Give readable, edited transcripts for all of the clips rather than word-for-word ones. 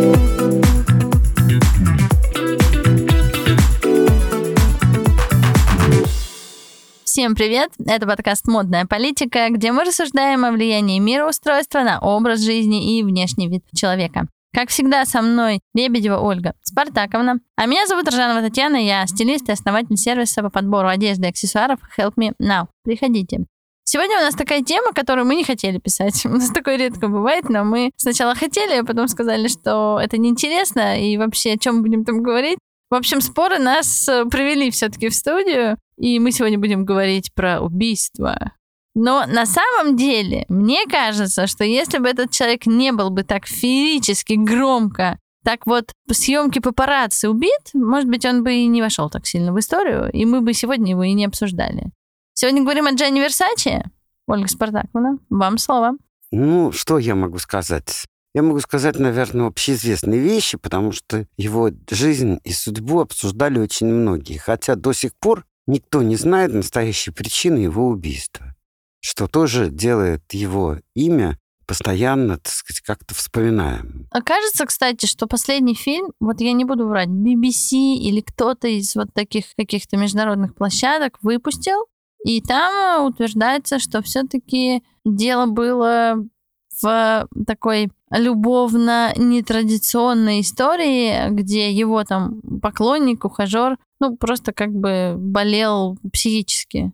Всем привет! Это подкаст «Модная политика», где мы рассуждаем о влиянии мироустройства на образ жизни и внешний вид человека. Как всегда, со мной Лебедева Ольга Спартаковна. А меня зовут Ржанова Татьяна, я стилист и основатель сервиса по подбору одежды и аксессуаров Help Me Now. Приходите. Сегодня у нас такая тема, которую мы не хотели писать. У нас такое редко бывает, но мы сначала хотели, а потом сказали, что это неинтересно, и вообще о чем мы будем там говорить. В общем, споры нас привели все-таки в студию, и мы сегодня будем говорить про убийство. Но на самом деле, мне кажется, что если бы этот человек не был бы так феерически громко, так вот съемки папарацци убит, может быть, он бы и не вошел так сильно в историю, и мы бы сегодня его и не обсуждали. Сегодня говорим о Джанни Версаче. Ольга Спартаковна, вам слово. Ну, что я могу сказать? Я могу сказать, наверное, общеизвестные вещи, потому что его жизнь и судьбу обсуждали очень многие, хотя до сих пор никто не знает настоящей причины его убийства, что тоже делает его имя постоянно, так сказать, как-то вспоминаемым. Окажется, кстати, что последний фильм, вот я не буду врать, BBC или кто-то из вот таких каких-то международных площадок выпустил, и там утверждается, что все-таки дело было в такой любовно-нетрадиционной истории, где его там поклонник, ухажер, просто как бы болел психически.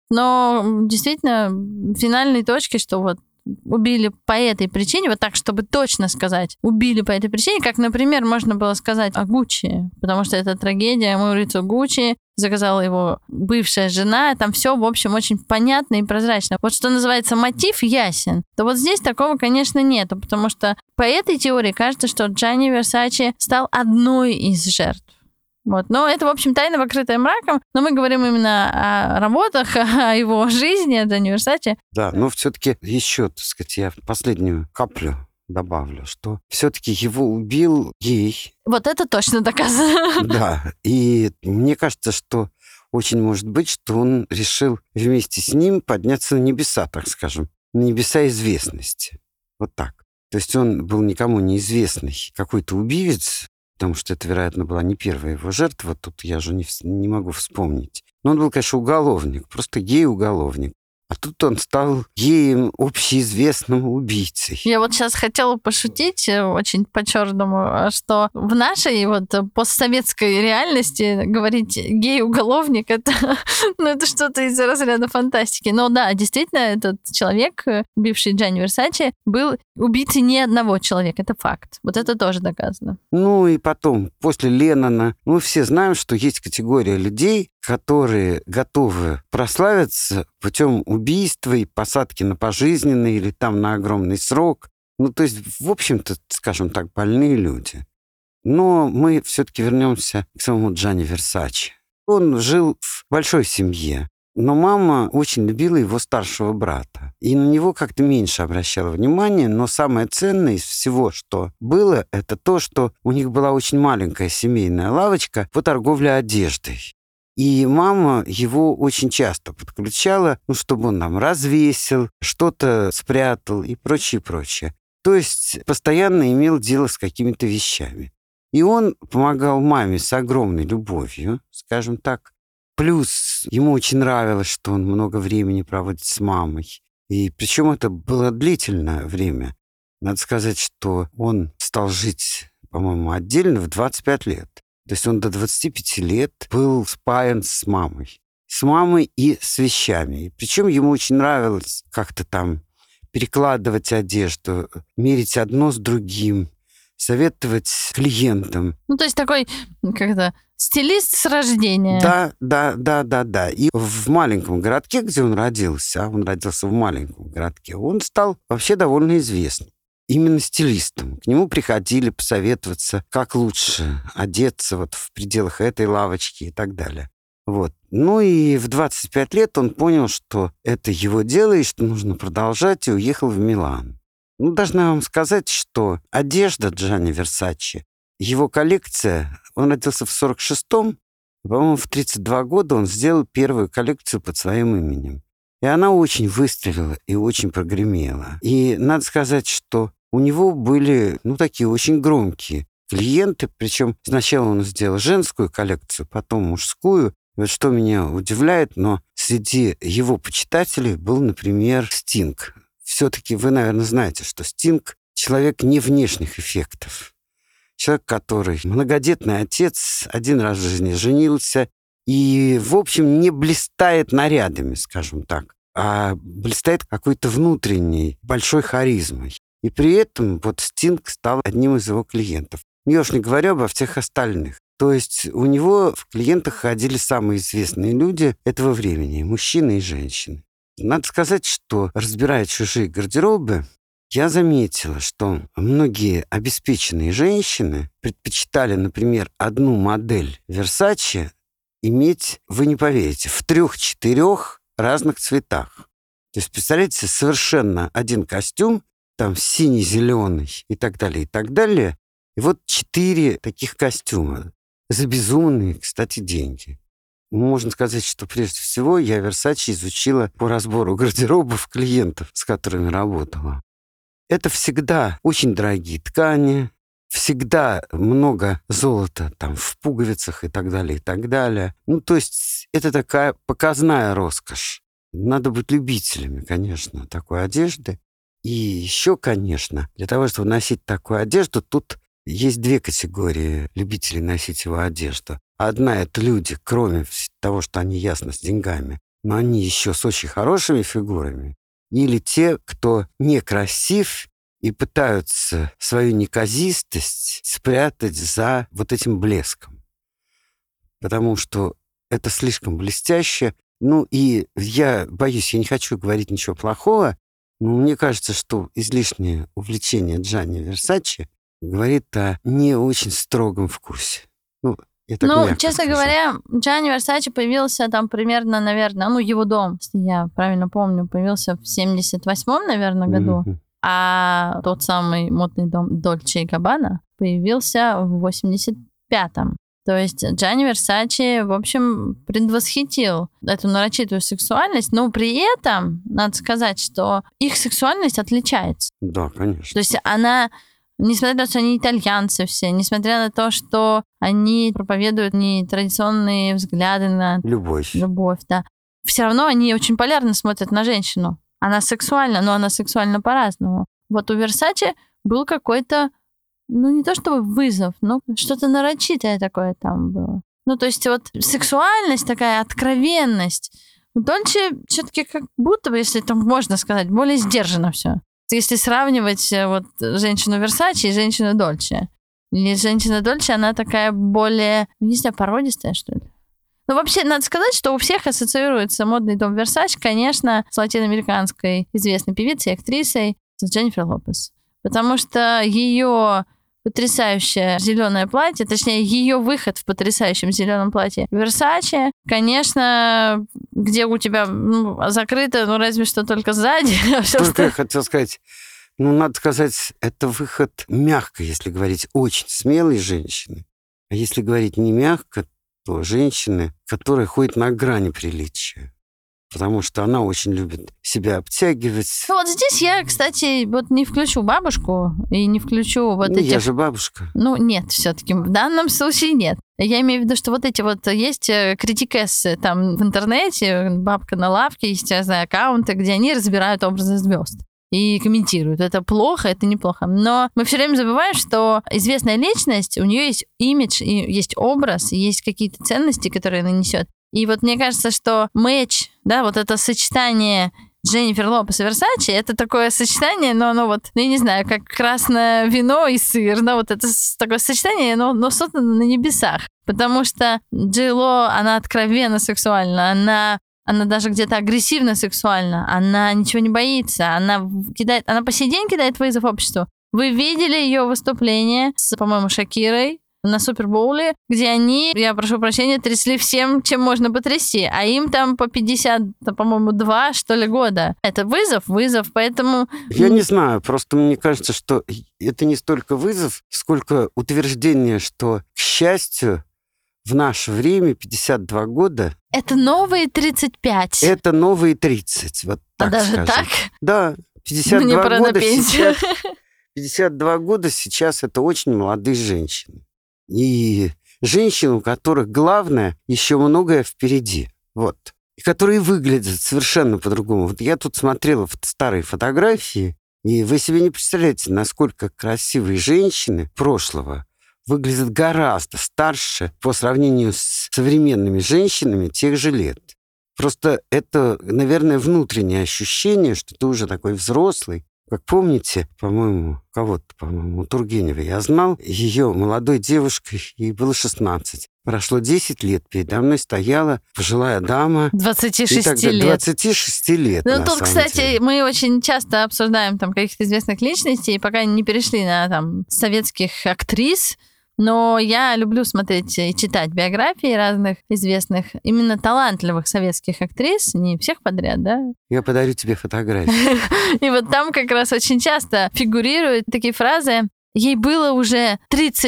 Но действительно, финальной точки, что вот убили по этой причине, вот так, чтобы точно сказать, убили по этой причине, как, например, можно было сказать о Гуччи, потому что это трагедия Маурицио Гуччи, заказала его бывшая жена, там все, в общем, очень понятно и прозрачно. Вот что называется, мотив ясен. То вот здесь такого, конечно, нету, потому что по этой теории кажется, что Джанни Версаче стал одной из жертв. Вот. Но это, в общем, тайна, покрытая мраком, но мы говорим именно о работах, о его жизни, о Джанни Версаче. Да, но все-таки еще, так сказать, я последнюю каплю добавлю, что все-таки его убил гей. Вот это точно доказано. Да, и мне кажется, что очень может быть, что он решил вместе с ним подняться на небеса, так скажем, на небеса известности. Вот так. То есть он был никому неизвестный какой-то убивец, потому что это, вероятно, была не первая его жертва, тут я же не могу вспомнить. Но он был, конечно, уголовник, просто гей-уголовник. А тут он стал геем, общеизвестным убийцей. Я вот сейчас хотела пошутить очень по-черному, что в нашей вот постсоветской реальности говорить гей-уголовник это что-то из разряда фантастики. Но да, действительно, этот человек, убивший Джанни Версаче, был убийцей не одного человека. Это факт. Вот это тоже доказано. Ну и потом, после Леннона, мы все знаем, что есть категория людей, которые готовы прославиться путем убийства и посадки на пожизненный или там на огромный срок. То есть, в общем-то, скажем так, больные люди. Но мы все-таки вернемся к самому Джанни Версаче. Он жил в большой семье, но мама очень любила его старшего брата. И на него как-то меньше обращала внимания, но самое ценное из всего, что было, это то, что у них была очень маленькая семейная лавочка по торговле одеждой. И мама его очень часто подключала, чтобы он нам развесил, что-то спрятал и прочее, прочее. То есть постоянно имел дело с какими-то вещами. И он помогал маме с огромной любовью, скажем так. Плюс ему очень нравилось, что он много времени проводит с мамой. И причем это было длительное время. Надо сказать, что он стал жить, по-моему, отдельно в 25 лет. То есть он до 25 лет был спаян с мамой. С мамой и с вещами. Причем ему очень нравилось как-то там перекладывать одежду, мерить одно с другим, советовать клиентам. То есть такой, стилист с рождения. Да. И в маленьком городке, где он родился в маленьком городке, он стал вообще довольно известным. Именно стилистом. К нему приходили посоветоваться, как лучше одеться вот в пределах этой лавочки и так далее. Вот. И в 25 лет он понял, что это его дело и что нужно продолжать, и уехал в Милан. Должна вам сказать, что одежда Джанни Версаче, его коллекция, он родился в 46-м, по-моему, в 32 года он сделал первую коллекцию под своим именем. И она очень выстрелила и очень прогремела. И надо сказать, что у него были, такие очень громкие клиенты. Причем сначала он сделал женскую коллекцию, потом мужскую. Вот что меня удивляет, но среди его почитателей был, например, Стинг. Все-таки вы, наверное, знаете, что Стинг — человек не внешних эффектов. Человек, который многодетный отец, один раз в жизни женился и, в общем, не блистает нарядами, скажем так, а блистает какой-то внутренней большой харизмой. И при этом вот Стинг стал одним из его клиентов. Я уж не говорю обо всех остальных. То есть у него в клиентах ходили самые известные люди этого времени, мужчины и женщины. Надо сказать, что, разбирая чужие гардеробы, я заметила, что многие обеспеченные женщины предпочитали, например, одну модель Versace иметь, вы не поверите, в 3-4 разных цветах. То есть, представляете, совершенно один костюм, там синий, зеленый и так далее, и так далее. И вот 4 таких костюма. За безумные, кстати, деньги. Можно сказать, что прежде всего я Versace изучила по разбору гардеробов клиентов, с которыми работала. Это всегда очень дорогие ткани, всегда много золота там в пуговицах и так далее, и так далее. То есть это такая показная роскошь. Надо быть любителями, конечно, такой одежды. И еще, конечно, для того, чтобы носить такую одежду, тут есть 2 категории любителей носить его одежду. Одна — это люди, кроме того, что они ясно с деньгами, но они еще с очень хорошими фигурами. Или те, кто некрасив и пытаются свою неказистость спрятать за вот этим блеском. Потому что это слишком блестяще. И я боюсь, я не хочу говорить ничего плохого, но мне кажется, что излишнее увлечение Джанни Версаче говорит о не очень строгом вкусе. Я так мягко честно скажу. говоря, Джанни Версаче появился там примерно, наверное, его дом, если я правильно помню, появился в 78-м, наверное, году. А тот самый модный дом Дольче и Габбана появился в 85-м. То есть Джанни Версаче, в общем, предвосхитил эту нарочитую сексуальность, но при этом надо сказать, что их сексуальность отличается. Да, конечно. То есть она, несмотря на то, что они итальянцы все, несмотря на то, что они проповедуют нетрадиционные взгляды на любовь, да, все равно они очень полярно смотрят на женщину. Она сексуальна, но она сексуальна по-разному. Вот у Версаче был какой-то, не то чтобы вызов, но что-то нарочитое такое там было. То есть вот сексуальность, такая откровенность. У Дольче все-таки как будто бы, если там можно сказать, более сдержанно все. Если сравнивать вот женщину Версаче и женщину Дольче. Или женщина Дольче, она такая более, не знаю, породистая, что ли. Вообще, надо сказать, что у всех ассоциируется модный дом Versace, конечно, с латиноамериканской известной певицей и актрисой, с Дженнифер Лопес. Потому что ее потрясающее зеленое платье, точнее, ее выход в потрясающем зеленом платье Versace, конечно, где у тебя закрыто, разве что только сзади. Только я хотел сказать, надо сказать, это выход мягко, если говорить очень смелой женщины. А если говорить не мягко, то женщины, которые ходят на грани приличия. Потому что она очень любит себя обтягивать. Вот здесь я, кстати, не включу бабушку и не включу этих... Я же бабушка. Нет, все-таки в данном случае нет. Я имею в виду, что эти есть критикессы там в интернете, бабка на лавке, есть разные аккаунты, где они разбирают образы звезд и комментируют. Это плохо, это неплохо. Но мы все время забываем, что известная личность, у нее есть имидж, и есть образ, и есть какие-то ценности, которые она несет. И мне кажется, что матч, да, это сочетание Дженнифер Лопес и Версаче, это такое сочетание, но я не знаю, как красное вино и сыр, это такое сочетание, но создано на небесах. Потому что Джей Ло, она откровенно сексуальна, она даже где-то агрессивно сексуальна, она ничего не боится, она по сей день кидает вызов обществу. Вы видели ее выступление с, по-моему, Шакирой на Супербоуле, где они, я прошу прощения, трясли всем, чем можно потрясти, а им там по 50, по-моему, 2, что ли, года. Это вызов, поэтому... Я не знаю, просто мне кажется, что это не столько вызов, сколько утверждение, что, к счастью, в наше время 52 года... Это новые 35. Это новые 30, вот так даже скажем. так? Да, 52 Мне пора года на пенсию. сейчас... 52 года сейчас это очень молодые женщины. И женщины, у которых главное, еще многое впереди. Вот. И которые выглядят совершенно по-другому. Вот я тут смотрела старые фотографии, и вы себе не представляете, насколько красивые женщины прошлого выглядят гораздо старше по сравнению с современными женщинами тех же лет. Просто это, наверное, внутреннее ощущение, что ты уже такой взрослый. Как помните, по-моему, у Тургеневой я знал, ее молодой девушкой, ей было 16. Прошло 10 лет, передо мной стояла пожилая дама. 26 лет. 26 лет, Ну, тут, кстати, мы очень часто обсуждаем там каких-то известных личностей, пока не перешли на там советских актрис. Но я люблю смотреть и читать биографии разных известных, именно талантливых советских актрис, не всех подряд, да? Я подарю тебе фотографию. И вот там как раз очень часто фигурируют такие фразы: ей было уже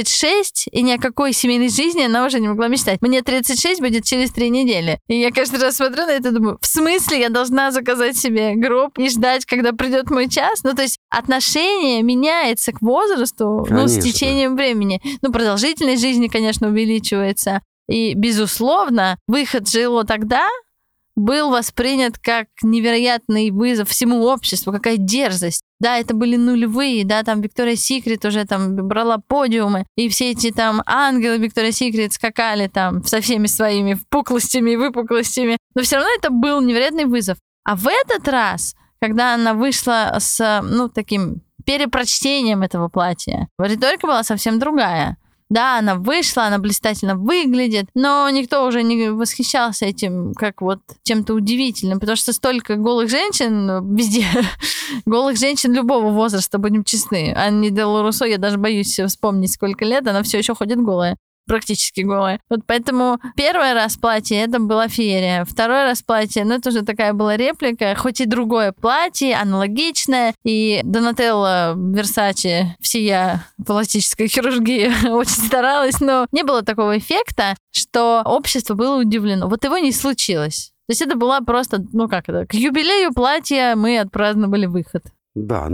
36, и ни о какой семейной жизни она уже не могла мечтать. Мне 36 будет через 3 недели. И я каждый раз смотрю на это и думаю, в смысле я должна заказать себе гроб и ждать, когда придет мой час? Ну, то есть отношение меняется к возрасту, с течением времени. Продолжительность жизни, конечно, увеличивается. И, безусловно, выход жило тогда был воспринят как невероятный вызов всему обществу, какая дерзость. Да, это были нулевые, да, там Виктория Секрет уже там брала подиумы, и все эти там ангелы Виктория Секрет скакали там со всеми своими впуклостями и выпуклостями. Но все равно это был невероятный вызов. А в этот раз, когда она вышла с, таким перепрочтением этого платья, риторика была совсем другая. Да, она вышла, она блистательно выглядит, но никто уже не восхищался этим как вот чем-то удивительным, потому что столько голых женщин везде, голых женщин любого возраста, будем честны. Анни Делла Руссо, я даже боюсь вспомнить, сколько лет, она все еще ходит голая. Практически голая. Вот поэтому первый раз платье это была феерия. Второй раз платье, это уже такая была реплика, хоть и другое платье, аналогичное. И Донателло Версаче, всея пластической хирургии, очень старалась, но не было такого эффекта, что общество было удивлено. Вот его не случилось. То есть это была просто, к юбилею платья мы отпраздновали выход. Да,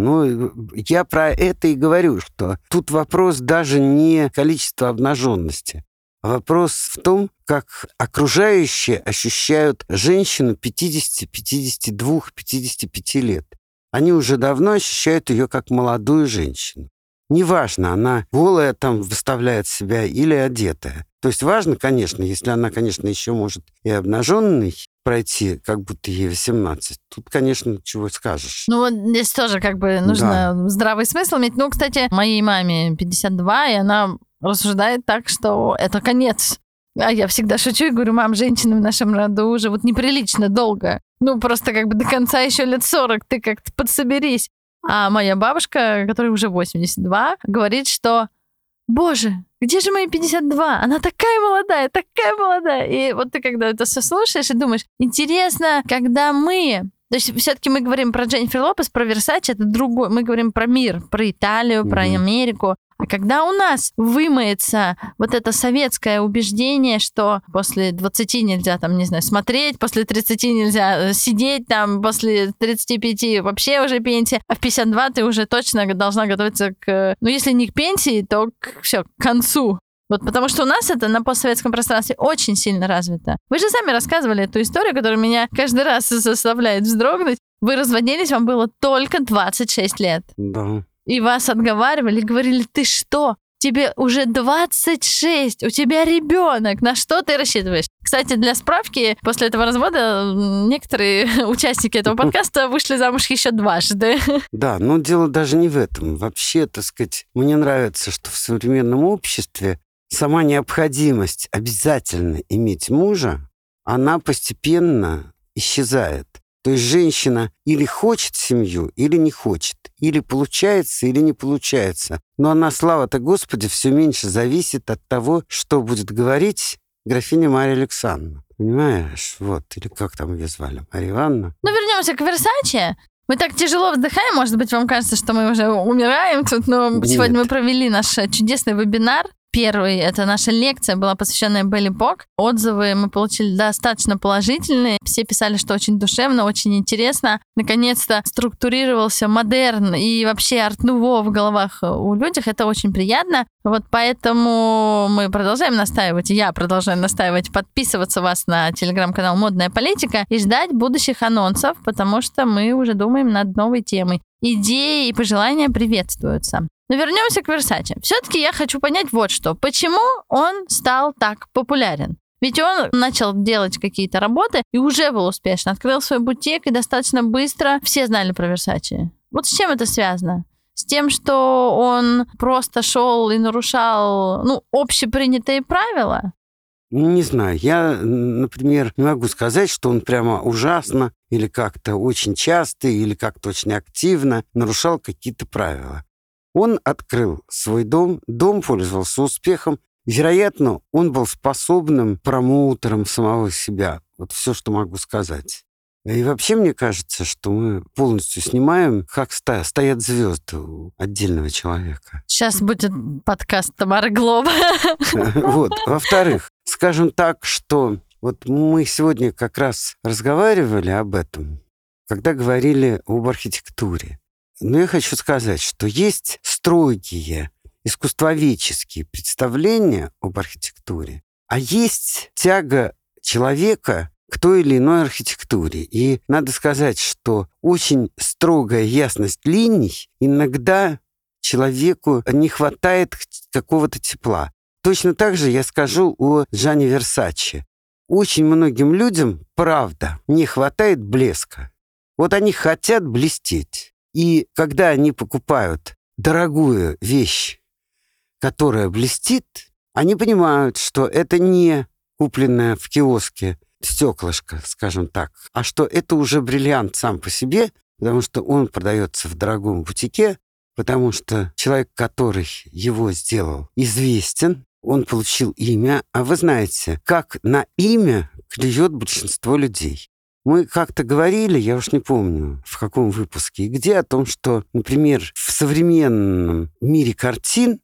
я про это и говорю, что тут вопрос даже не количества обнаженности, а вопрос в том, как окружающие ощущают женщину 50, 52, 55 лет. Они уже давно ощущают ее как молодую женщину. Неважно, она голая там выставляет себя или одетая. То есть важно, конечно, если она, конечно, еще может и обнаженной пройти, как будто ей 18. Тут, конечно, чего скажешь. Здесь тоже нужно здравый смысл иметь. Кстати, моей маме 52, и она рассуждает так, что это конец. А я всегда шучу и говорю, мам, женщины в нашем роду уже неприлично долго. Просто до конца еще лет 40, ты как-то подсоберись. А моя бабушка, которой уже 82, говорит, что боже, где же мои 52? Она такая молодая, такая молодая. И вот ты когда это все слушаешь и думаешь, интересно, когда мы... То есть все-таки мы говорим про Дженнифер Лопес, про Версаче, это другое. Мы говорим про мир, про Италию, про Америку. А когда у нас вымоется вот это советское убеждение, что после 20 нельзя смотреть, после 30 нельзя сидеть, после 35 вообще уже пенсия, а в 52 ты уже точно должна готовиться к... если не к пенсии, то к концу. Потому что у нас это на постсоветском пространстве очень сильно развито. Вы же сами рассказывали эту историю, которая меня каждый раз заставляет вздрогнуть. Вы разводились, вам было только 26 лет. Да. И вас отговаривали, говорили, ты что? Тебе уже 26, у тебя ребенок, на что ты рассчитываешь? Кстати, для справки, после этого развода некоторые участники этого подкаста вышли замуж еще дважды. Да, но дело даже не в этом. Вообще, мне нравится, что в современном обществе сама необходимость обязательно иметь мужа, она постепенно исчезает. То есть женщина или хочет семью, или не хочет. Или получается, или не получается. Но она, слава-то Господи, все меньше зависит от того, что будет говорить графиня Мария Александровна. Понимаешь? Или как там ее звали? Мария Ивановна? Вернемся к Версаче. Мы так тяжело вздыхаем, может быть, вам кажется, что мы уже умираем тут, но сегодня мы провели наш чудесный вебинар первый, это наша лекция была посвященная Белли Пок. Отзывы мы получили достаточно положительные. Все писали, что очень душевно, очень интересно. Наконец-то структурировался модерн и вообще арт-нуво в головах у людей. Это очень приятно. Вот поэтому мы продолжаем настаивать, я продолжаю настаивать, подписываться вас на телеграм-канал «Модная политика» и ждать будущих анонсов, потому что мы уже думаем над новой темой. Идеи и пожелания приветствуются. Но вернемся к Версаче. Все-таки я хочу понять вот что. Почему он стал так популярен? Ведь он начал делать какие-то работы и уже был успешен. Открыл свой бутик, и достаточно быстро все знали про Версаче. Вот с чем это связано? С тем, что он просто шел и нарушал, общепринятые правила? Не знаю. Я, например, не могу сказать, что он прямо ужасно или как-то очень часто, или как-то очень активно нарушал какие-то правила. Он открыл свой дом пользовался успехом. Вероятно, он был способным промоутером самого себя. Вот все, что могу сказать. И вообще, мне кажется, что мы полностью снимаем, как стоят звезды у отдельного человека. Сейчас будет подкаст Тамары Глоба. Вот. Во-вторых, скажем так, что вот мы сегодня как раз разговаривали об этом, когда говорили об архитектуре. Но я хочу сказать, что есть строгие искусствоведческие представления об архитектуре, а есть тяга человека к той или иной архитектуре. И надо сказать, что очень строгая ясность линий иногда человеку не хватает какого-то тепла. Точно так же я скажу о Джанни Версаче. Очень многим людям, правда, не хватает блеска. Вот они хотят блестеть. И когда они покупают дорогую вещь, которая блестит, они понимают, что это не купленное в киоске стеклышко, скажем так, а что это уже бриллиант сам по себе, потому что он продается в дорогом бутике, потому что человек, который его сделал, известен, он получил имя, а вы знаете, как на имя клюет большинство людей. Мы как-то говорили, я уж не помню, в каком выпуске и где, о том, что, например, в современном мире картин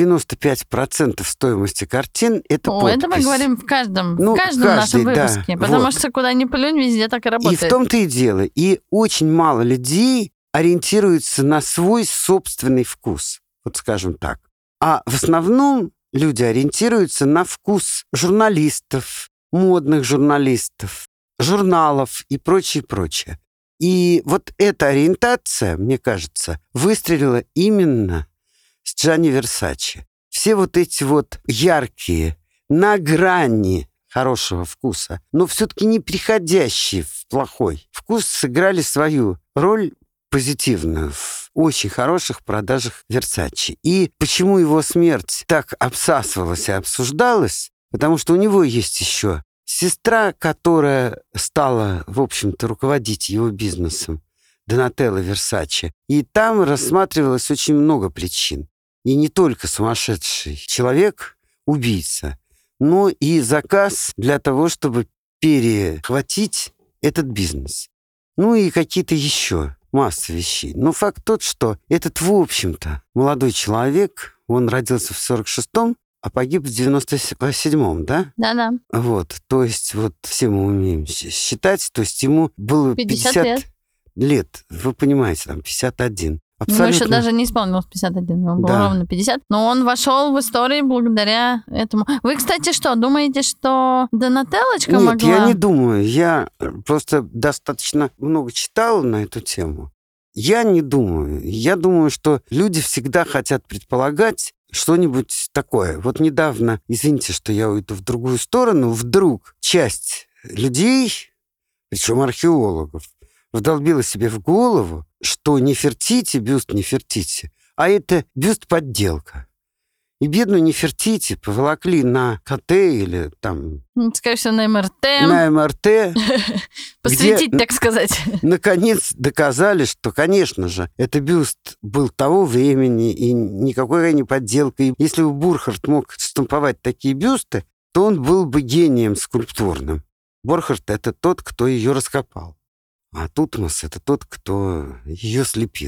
95% стоимости картин — это подпись. Это мы говорим в каждом нашем выпуске, потому что куда ни плюнь, везде так и работает. И в том-то и дело. И очень мало людей ориентируются на свой собственный вкус, вот скажем так. А в основном люди ориентируются на вкус журналистов, модных журналистов, журналов и прочее. И вот эта ориентация, мне кажется, выстрелила именно с Джанни Версаче. Все вот эти вот яркие, на грани хорошего вкуса, но все-таки не переходящие в плохой вкус, сыграли свою роль позитивную в очень хороших продажах Версаче. И почему его смерть так обсасывалась и обсуждалась? Потому что у него есть еще сестра, которая стала, в общем-то, руководить его бизнесом, Донателла Версаче. И там рассматривалось очень много причин. И не только сумасшедший человек, убийца, но и заказ для того, чтобы перехватить этот бизнес. Ну и какие-то еще масса вещей. Но факт тот, что этот, в общем-то, молодой человек, он родился в 46-м, а погиб в 97-м, да? Да-да. Вот, то есть вот все мы умеем считать, то есть ему было 50 лет. Вы понимаете, там 51. Абсолютно. Ему еще даже не исполнилось 51, ему было ровно 50. Но он вошел в историю благодаря этому. Вы, кстати, что, думаете, что Донателлочка могла... Нет, я не думаю. Я просто достаточно много читал на эту тему. Я не думаю. Я думаю, что люди всегда хотят предполагать что-нибудь такое. Вот недавно, извините, что я уйду в другую сторону, вдруг часть людей, причем археологов, вдолбила себе в голову, что Нефертити, бюст Нефертити, а это бюст-подделка. И бедную Нефертити поволокли на КТ или там... Скорее всего, на МРТ. На МРТ. Посвятить, так сказать. Наконец доказали, что, конечно же, это бюст был того времени, и никакой не подделка. И если бы Бурхард мог штамповать такие бюсты, то он был бы гением скульптурным. Бурхард — это тот, кто ее раскопал. А Тутмос — это тот, кто ее слепил.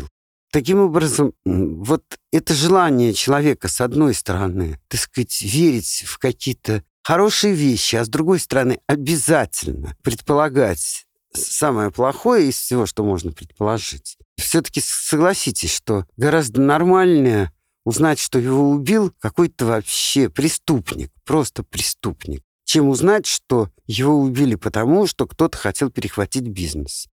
Таким образом, вот это желание человека, с одной стороны, так сказать, верить в какие-то хорошие вещи, а с другой стороны, обязательно предполагать самое плохое из всего, что можно предположить. Все-таки согласитесь, что гораздо нормальнее узнать, что его убил какой-то вообще преступник, просто преступник, чем узнать, что его убили потому, что кто-то хотел перехватить бизнес.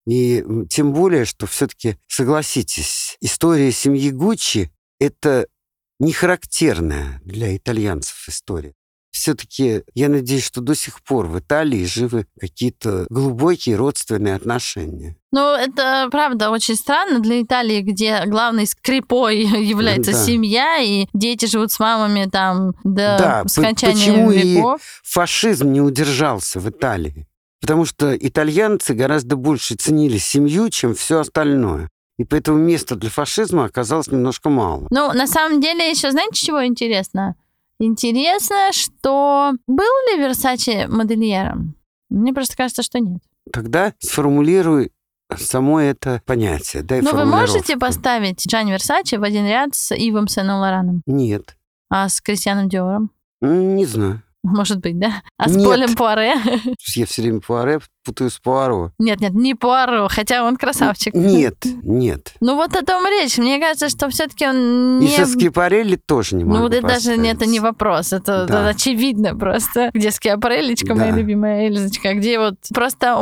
И тем более, что все-таки, согласитесь, история семьи Гуччи – это не характерная для итальянцев история. Все-таки я надеюсь, что до сих пор в Италии живы какие-то глубокие родственные отношения. Ну, это, правда, очень странно для Италии, где главной скрепой является семья, и дети живут с мамами там до скончания веков. И фашизм не удержался в Италии? Потому что итальянцы гораздо больше ценили семью, чем все остальное. И поэтому места для фашизма оказалось немножко мало. Ну, на самом деле, еще знаете, чего интересно? Интересно, что был ли Версаче модельером? Мне просто кажется, что нет. Тогда сформулируй само это понятие. Дай вы формулировку. можете поставить Джанни Версаче в один ряд с Ивом Сен-Лораном? Нет. А с Кристианом Диором? Не знаю. Может быть, да? А с Нет. Полем Пуаре? Я все время Пуаре путаю с Пуаро. Нет, не Пуаро, хотя он красавчик. Нет. Ну вот о том речь. Мне кажется, что все-таки он не... И со Скипарелли тоже не могу Ну вот это даже поставить. это не вопрос, это очевидно просто. Где Скиапарелличка, моя любимая Эльзочка, где вот просто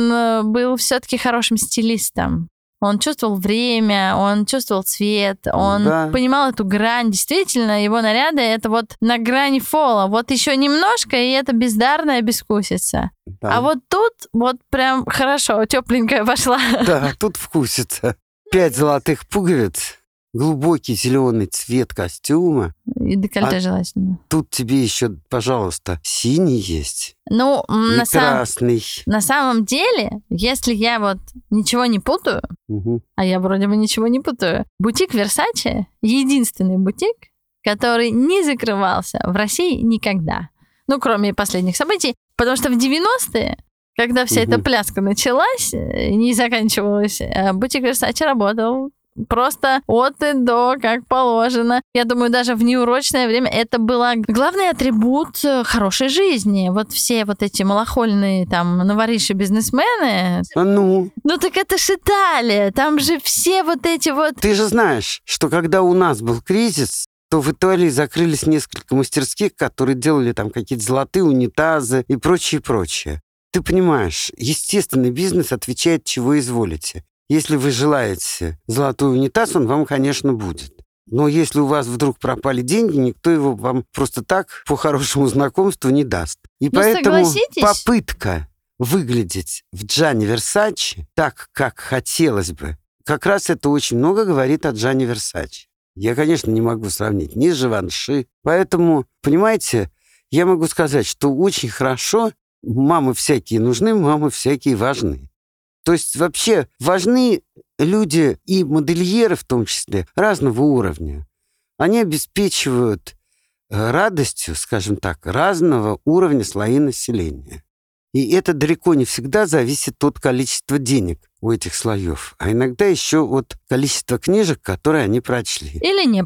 он был все-таки хорошим стилистом. Он чувствовал время, он чувствовал цвет, он понимал эту грань. Действительно, его наряды — это вот на грани фола. Вот еще немножко, и это бездарная безвкусица. Да. А вот тут вот прям хорошо, тепленькая пошла. Да, тут вкусится. 5 золотых пуговиц, глубокий зеленый цвет костюма. И декольте желательно. Тут тебе еще, пожалуйста, синий есть. Ну, красный. На самом деле, если я вот ничего не путаю, а я вроде бы ничего не путаю, бутик Версаче — единственный бутик, который не закрывался в России никогда. Ну, кроме последних событий. Потому что в 90-е, когда вся эта пляска началась, не заканчивалась, бутик Версаче работал просто от и до, как положено. Я думаю, даже в неурочное время это был главный атрибут хорошей жизни. Вот все вот эти малохольные там новориши-бизнесмены. Ну так это ж Италия. Там же все вот эти вот... Ты же знаешь, что когда у нас был кризис, то в Италии закрылись несколько мастерских, которые делали там какие-то золотые унитазы и прочее. Ты понимаешь, естественный бизнес отвечает, чего изволите. Если вы желаете золотой унитаз, он вам, конечно, будет. Но если у вас вдруг пропали деньги, никто его вам просто так по хорошему знакомству не даст. И поэтому попытка выглядеть в Джанни Версаче так, как хотелось бы, как раз это очень много говорит о Джанни Версаче. Я, конечно, не могу сравнить ни с Живанши. Поэтому, понимаете, я могу сказать, что очень хорошо мамы всякие нужны, мамы всякие важны. То есть вообще важны люди и модельеры в том числе разного уровня. Они обеспечивают радостью, скажем так, разного уровня слои населения. И это далеко не всегда зависит от количества денег у этих слоев, а иногда еще от количества книжек, которые они прочли. Или не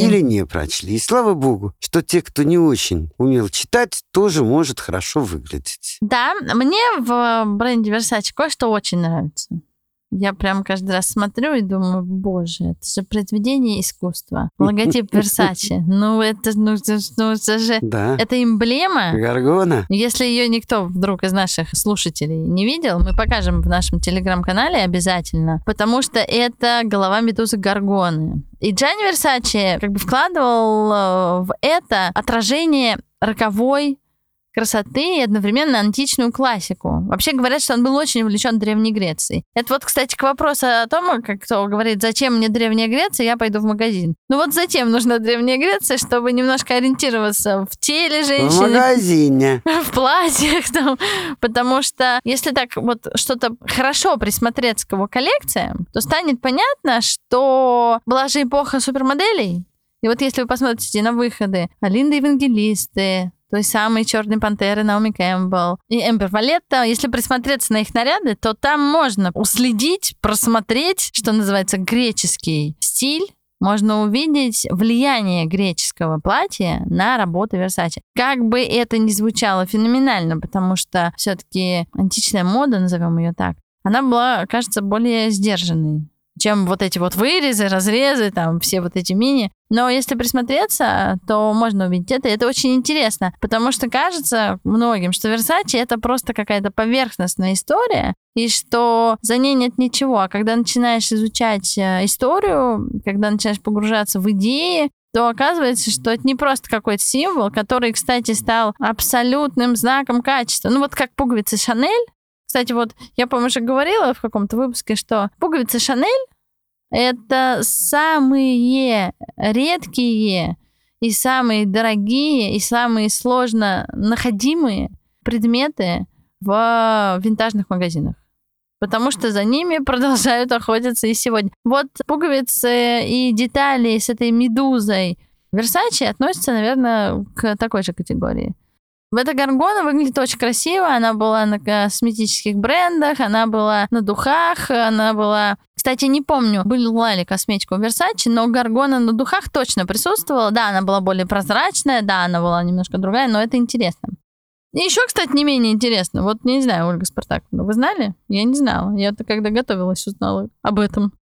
прочли. И слава богу, что те, кто не очень умел читать, тоже может хорошо выглядеть. Да, мне в бренде Versace кое-что очень нравится. Я прям каждый раз смотрю и думаю, боже, это же произведение искусства. Логотип Versace. Это же... Да. Это эмблема. Горгона. Если ее никто вдруг из наших слушателей не видел, мы покажем в нашем телеграм-канале обязательно, потому что это голова медузы Горгоны. И Джанни Версаче как бы вкладывал в это отражение роковой красоты и одновременно античную классику. Вообще говорят, что он был очень увлечен Древней Грецией. Это вот, кстати, к вопросу о том, как кто говорит, зачем мне Древняя Греция, я пойду в магазин. Ну вот зачем нужна Древняя Греция, чтобы немножко ориентироваться в теле женщины. В магазине. В платьях там. Потому что если так вот что-то хорошо присмотреться к его коллекциям, то станет понятно, что была же эпоха супермоделей. И вот если вы посмотрите на выходы Алинды Евангелисты, той самой «Черной пантеры» Наоми Кэмпбелл и Эмбер Валетта. Если присмотреться на их наряды, то там можно уследить, просмотреть, что называется, греческий стиль. Можно увидеть влияние греческого платья на работу Versace. Как бы это ни звучало феноменально, потому что все-таки античная мода, назовем ее так, она была, кажется, более сдержанной, чем вот эти вот вырезы, разрезы, там все вот эти мини. Но если присмотреться, то можно увидеть это, и это очень интересно, потому что кажется многим, что Versace — это просто какая-то поверхностная история, и что за ней нет ничего. А когда начинаешь изучать историю, когда начинаешь погружаться в идеи, то оказывается, что это не просто какой-то символ, который, кстати, стал абсолютным знаком качества. Ну вот как пуговицы Шанель. Кстати, вот я, по-моему, уже говорила в каком-то выпуске, что пуговицы Шанель — это самые редкие и самые дорогие и самые сложно находимые предметы в винтажных магазинах. Потому что за ними продолжают охотиться и сегодня. Вот пуговицы и детали с этой медузой Versace относятся, наверное, к такой же категории. Эта горгона выглядит очень красиво, она была на косметических брендах, она была на духах, она была... Кстати, не помню, была ли косметика у Versace, но горгона на духах точно присутствовала. Да, она была более прозрачная, да, она была немножко другая, но это интересно. И еще, кстати, не менее интересно. Вот, не знаю, Ольга Спартаковна, вы знали? Я не знала. Я-то, когда готовилась, узнала об этом.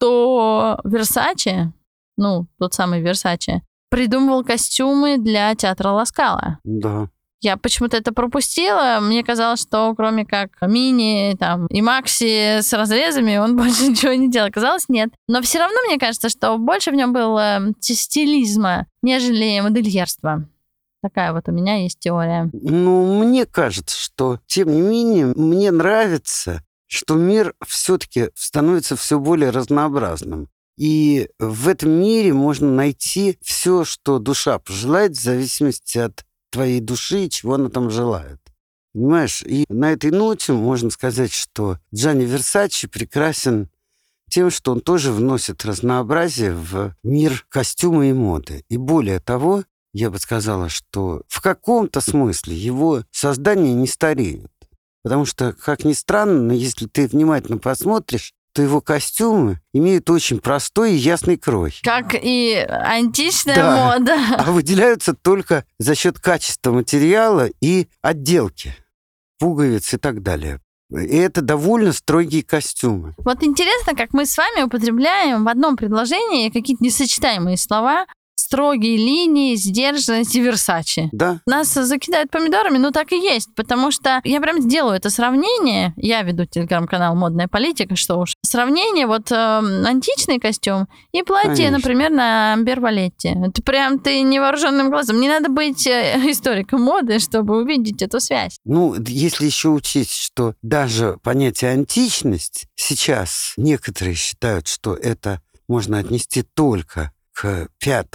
Что Versace, ну, тот самый Versace, придумывал костюмы для театра Ла Скала. Да. Я почему-то это пропустила. Мне казалось, что кроме как мини там, и макси с разрезами он больше ничего не делал. Казалось, нет. Но все равно мне кажется, что больше в нем было стилизма, нежели модельерства. Такая вот у меня есть теория. Ну, мне кажется, что, тем не менее, мне нравится, что мир все-таки становится все более разнообразным. И в этом мире можно найти все, что душа пожелает, в зависимости от твоей души и чего она там желает. Понимаешь? И на этой ноте можно сказать, что Джанни Версачи прекрасен тем, что он тоже вносит разнообразие в мир костюма и моды. И более того, я бы сказала, что в каком-то смысле его создания не стареют. Потому что, как ни странно, если ты внимательно посмотришь, то его костюмы имеют очень простой и ясный крой. Как и античная мода. А выделяются только за счет качества материала и отделки, пуговиц и так далее. И это довольно строгие костюмы. Вот интересно, как мы с вами употребляем в одном предложении какие-то несочетаемые слова: строгие линии, сдержанность и Versace. Да. Нас закидают помидорами, но так и есть, потому что я прям сделаю это сравнение. Я веду телеграм-канал «Модная политика», что уж. Сравнение вот античный костюм и платье, Конечно. например, на Эмбер Валетте. Это прям ты невооруженным глазом. Не надо быть историком моды, чтобы увидеть эту связь. Ну, если еще учесть, что даже понятие античность сейчас некоторые считают, что это можно отнести только к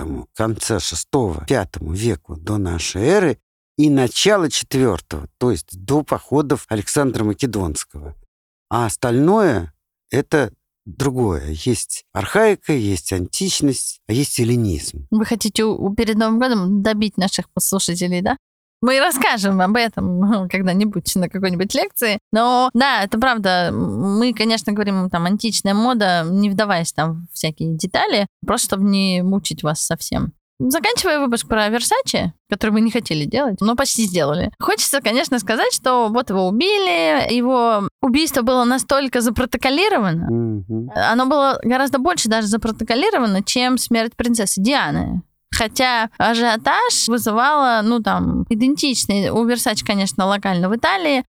конце VI-V веку до нашей эры и начало IV, то есть до походов Александра Македонского. А остальное — это другое. Есть архаика, есть античность, а есть эллинизм. Вы хотите перед Новым годом добить наших слушателей, да? Мы расскажем об этом когда-нибудь на какой-нибудь лекции. Но да, это правда. Мы, конечно, говорим там античная мода, не вдаваясь там в всякие детали, просто чтобы не мучить вас совсем. Заканчивая выпуск про Versace, который мы не хотели делать, но почти сделали. Хочется, конечно, сказать, что вот его убили, его убийство было настолько запротоколировано, оно было гораздо больше даже запротоколировано, чем смерть принцессы Дианы. Хотя ажиотаж вызывала, ну, там, идентичный. У Versace, конечно, локально в Италии,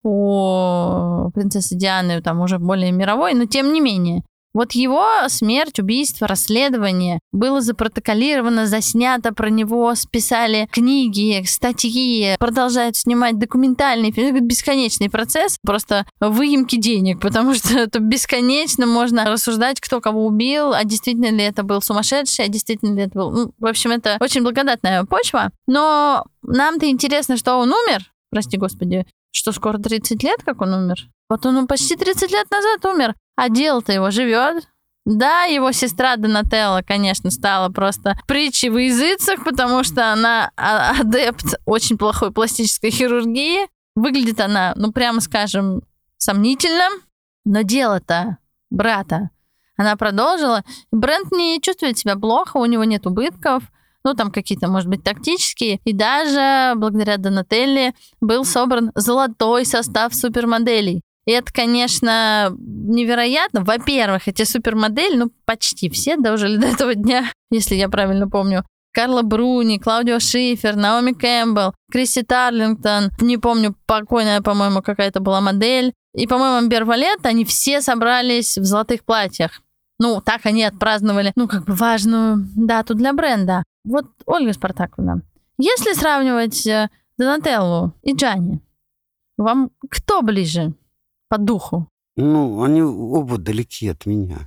у принцессы Дианы там уже более мировой, но тем не менее. Вот его смерть, убийство, расследование было запротоколировано, заснято про него, списали книги, статьи, продолжают снимать документальный фильм. Бесконечный процесс просто выемки денег, потому что это бесконечно можно рассуждать, кто кого убил, а действительно ли это был сумасшедший, а действительно ли это был... Ну, в общем, это очень благодатная почва. Но нам-то интересно, что он умер, прости господи, что скоро 30 лет, как он умер. Вот он почти 30 лет назад умер. А дело-то его живет. Да, его сестра Донателла, конечно, стала просто притчей во языцах, потому что она адепт очень плохой пластической хирургии. Выглядит она, ну, прямо скажем, сомнительно. Но дело-то брата она продолжила. Бренд не чувствует себя плохо, у него нет убытков. Ну, там какие-то, может быть, тактические. И даже благодаря Донателле был собран золотой состав супермоделей. И это, конечно, невероятно. Во-первых, эти супермодели, ну, почти все дожили до этого дня, если я правильно помню. Карла Бруни, Клаудио Шифер, Наоми Кэмпбелл, Крисси Тарлингтон, не помню, покойная, по-моему, какая-то была модель. И, по-моему, Амбер Валет, они все собрались в золотых платьях. Ну, так они отпраздновали, ну, как бы важную дату для бренда. Вот, Ольга Спартаковна, если сравнивать Донателлу и Джанни, вам кто ближе по духу? Ну, они оба далеки от меня.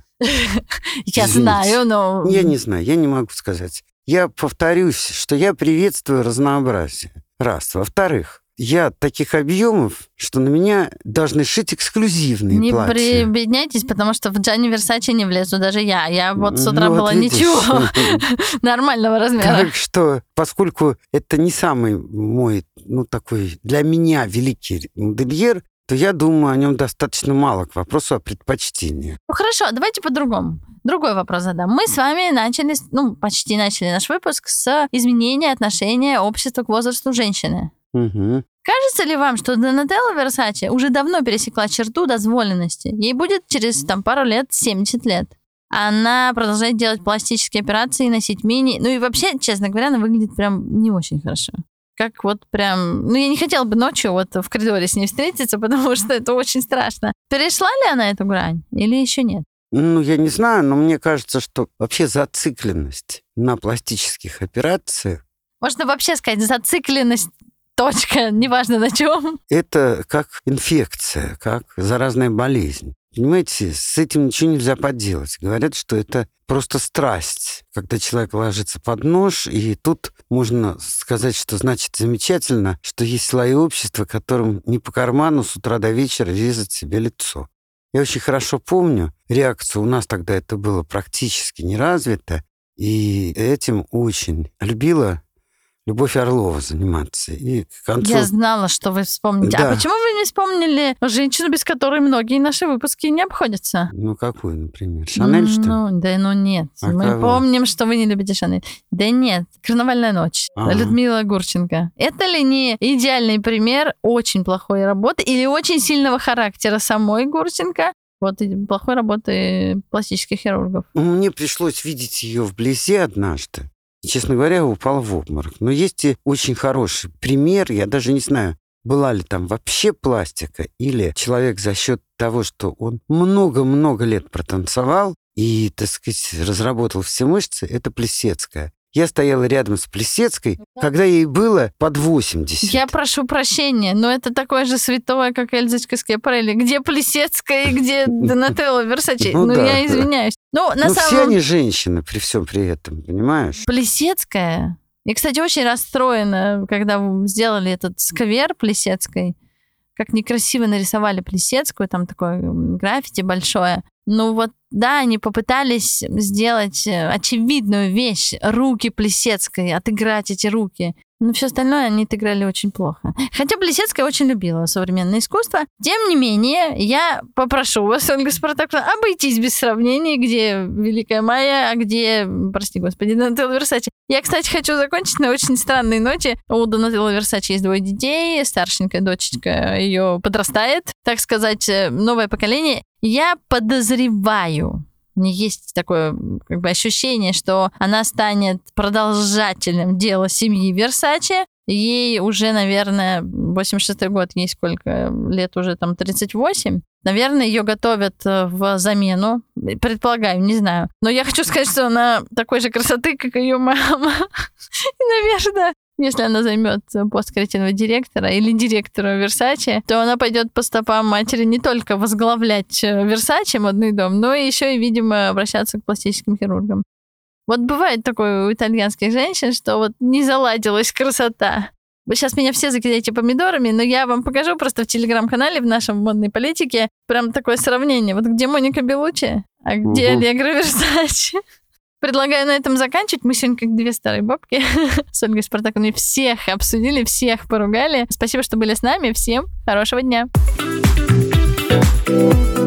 Я знаю, но... Я не знаю, я не могу сказать. Я повторюсь, что я приветствую разнообразие. Раз. Во-вторых, я таких объемов, что на меня должны шить эксклюзивные платья. Не прибедняйтесь, потому что в Джанни Версаче не влезу даже я. Я вот с утра была ничего, нормального размера. Так что, поскольку это не самый мой, ну, такой для меня великий модельер, то я думаю, о нем достаточно мало к вопросу о предпочтении. Ну хорошо, давайте по-другому. Другой вопрос задам. Мы с вами начали, ну, почти начали наш выпуск с изменения отношения общества к возрасту женщины. Угу. Кажется ли вам, что Донателла Версаче уже давно пересекла черту дозволенности? Ей будет через пару лет 70 лет. Она продолжает делать пластические операции, носить мини. Ну и вообще, честно говоря, она выглядит прям не очень хорошо. Как вот прям... Ну, я не хотела бы ночью вот в коридоре с ней встретиться, потому что это очень страшно. Перешла ли она эту грань или еще нет? Ну, я не знаю, но мне кажется, что вообще зацикленность на пластических операциях... Можно вообще сказать, зацикленность, точка, неважно на чем. Это как инфекция, как заразная болезнь. Понимаете, с этим ничего нельзя поделать. Говорят, что это просто страсть, когда человек ложится под нож, и тут можно сказать, что значит замечательно, что есть слои общества, которым не по карману с утра до вечера резать себе лицо. Я очень хорошо помню реакцию, у нас тогда это было практически не развито, и этим очень любила Любовь Орлова заниматься. И к концу... Я знала, что вы вспомните. Да. А почему вы не вспомнили женщину, без которой многие наши выпуски не обходятся? Ну, какую, например? Шанель, что ли? Ну, нет. А мы кого? Помним, что вы не любите Шанель. Да нет. «Карнавальная ночь». Людмила Гурченко. Это ли не идеальный пример очень плохой работы или очень сильного характера самой Гурченко? Вот и плохой работы пластических хирургов. Мне пришлось видеть ее вблизи однажды. И, честно говоря, упал в обморок. Но есть и очень хороший пример. Я даже не знаю, была ли там вообще пластика, или человек за счет того, что он много-много лет протанцевал и, так сказать, разработал все мышцы, это Плисецкая. Я стояла рядом с Плисецкой, когда ей было под 80. Я прошу прощения, но это такое же святое, как Эльзочка Скиапарелли. Где Плисецкая и где Донателла Версаче? Ну, да, я извиняюсь. Ну, все они женщины при всем при этом, понимаешь? Плисецкая... Я, кстати, очень расстроена, когда сделали этот сквер Плисецкой. Как некрасиво нарисовали Плисецкую, там такое граффити большое. Ну вот, да, они попытались сделать очевидную вещь, руки Плисецкой, отыграть эти руки. Но все остальное они отыграли очень плохо. Хотя Плисецкая очень любила современное искусство. Тем не менее, я попрошу вас, Ольга Спартаковна, обойтись без сравнений, где Великая Майя, а где, прости господи, Донателла Версаче. Я, кстати, хочу закончить на очень странной ноте. У Донателлы Версаче есть 2 детей, старшенькая дочечка ее подрастает, так сказать, новое поколение. Я подозреваю, у меня есть такое как бы ощущение, что она станет продолжателем дела семьи Версаче. Ей уже, наверное, 86-й год, ей сколько лет уже, там, 38. Наверное, ее готовят в замену. Предполагаю, не знаю. Но я хочу сказать, что она такой же красоты, как ее мама. И, наверное, если она займет пост креативного директора или директора Версаче, то она пойдет по стопам матери не только возглавлять Версаче, модный дом, но еще и, видимо, обращаться к пластическим хирургам. Вот бывает такое у итальянских женщин, что вот не заладилась красота. Вы сейчас меня все закидаете помидорами, но я вам покажу просто в телеграм-канале в нашем «Модной политике» прям такое сравнение. Вот где Моника Беллуччи, А где Аллегро Версаче? Предлагаю на этом заканчивать. Мы сегодня как две старые бабки с Ольгой Спартаковной всех обсудили, всех поругали. Спасибо, что были с нами. Всем хорошего дня.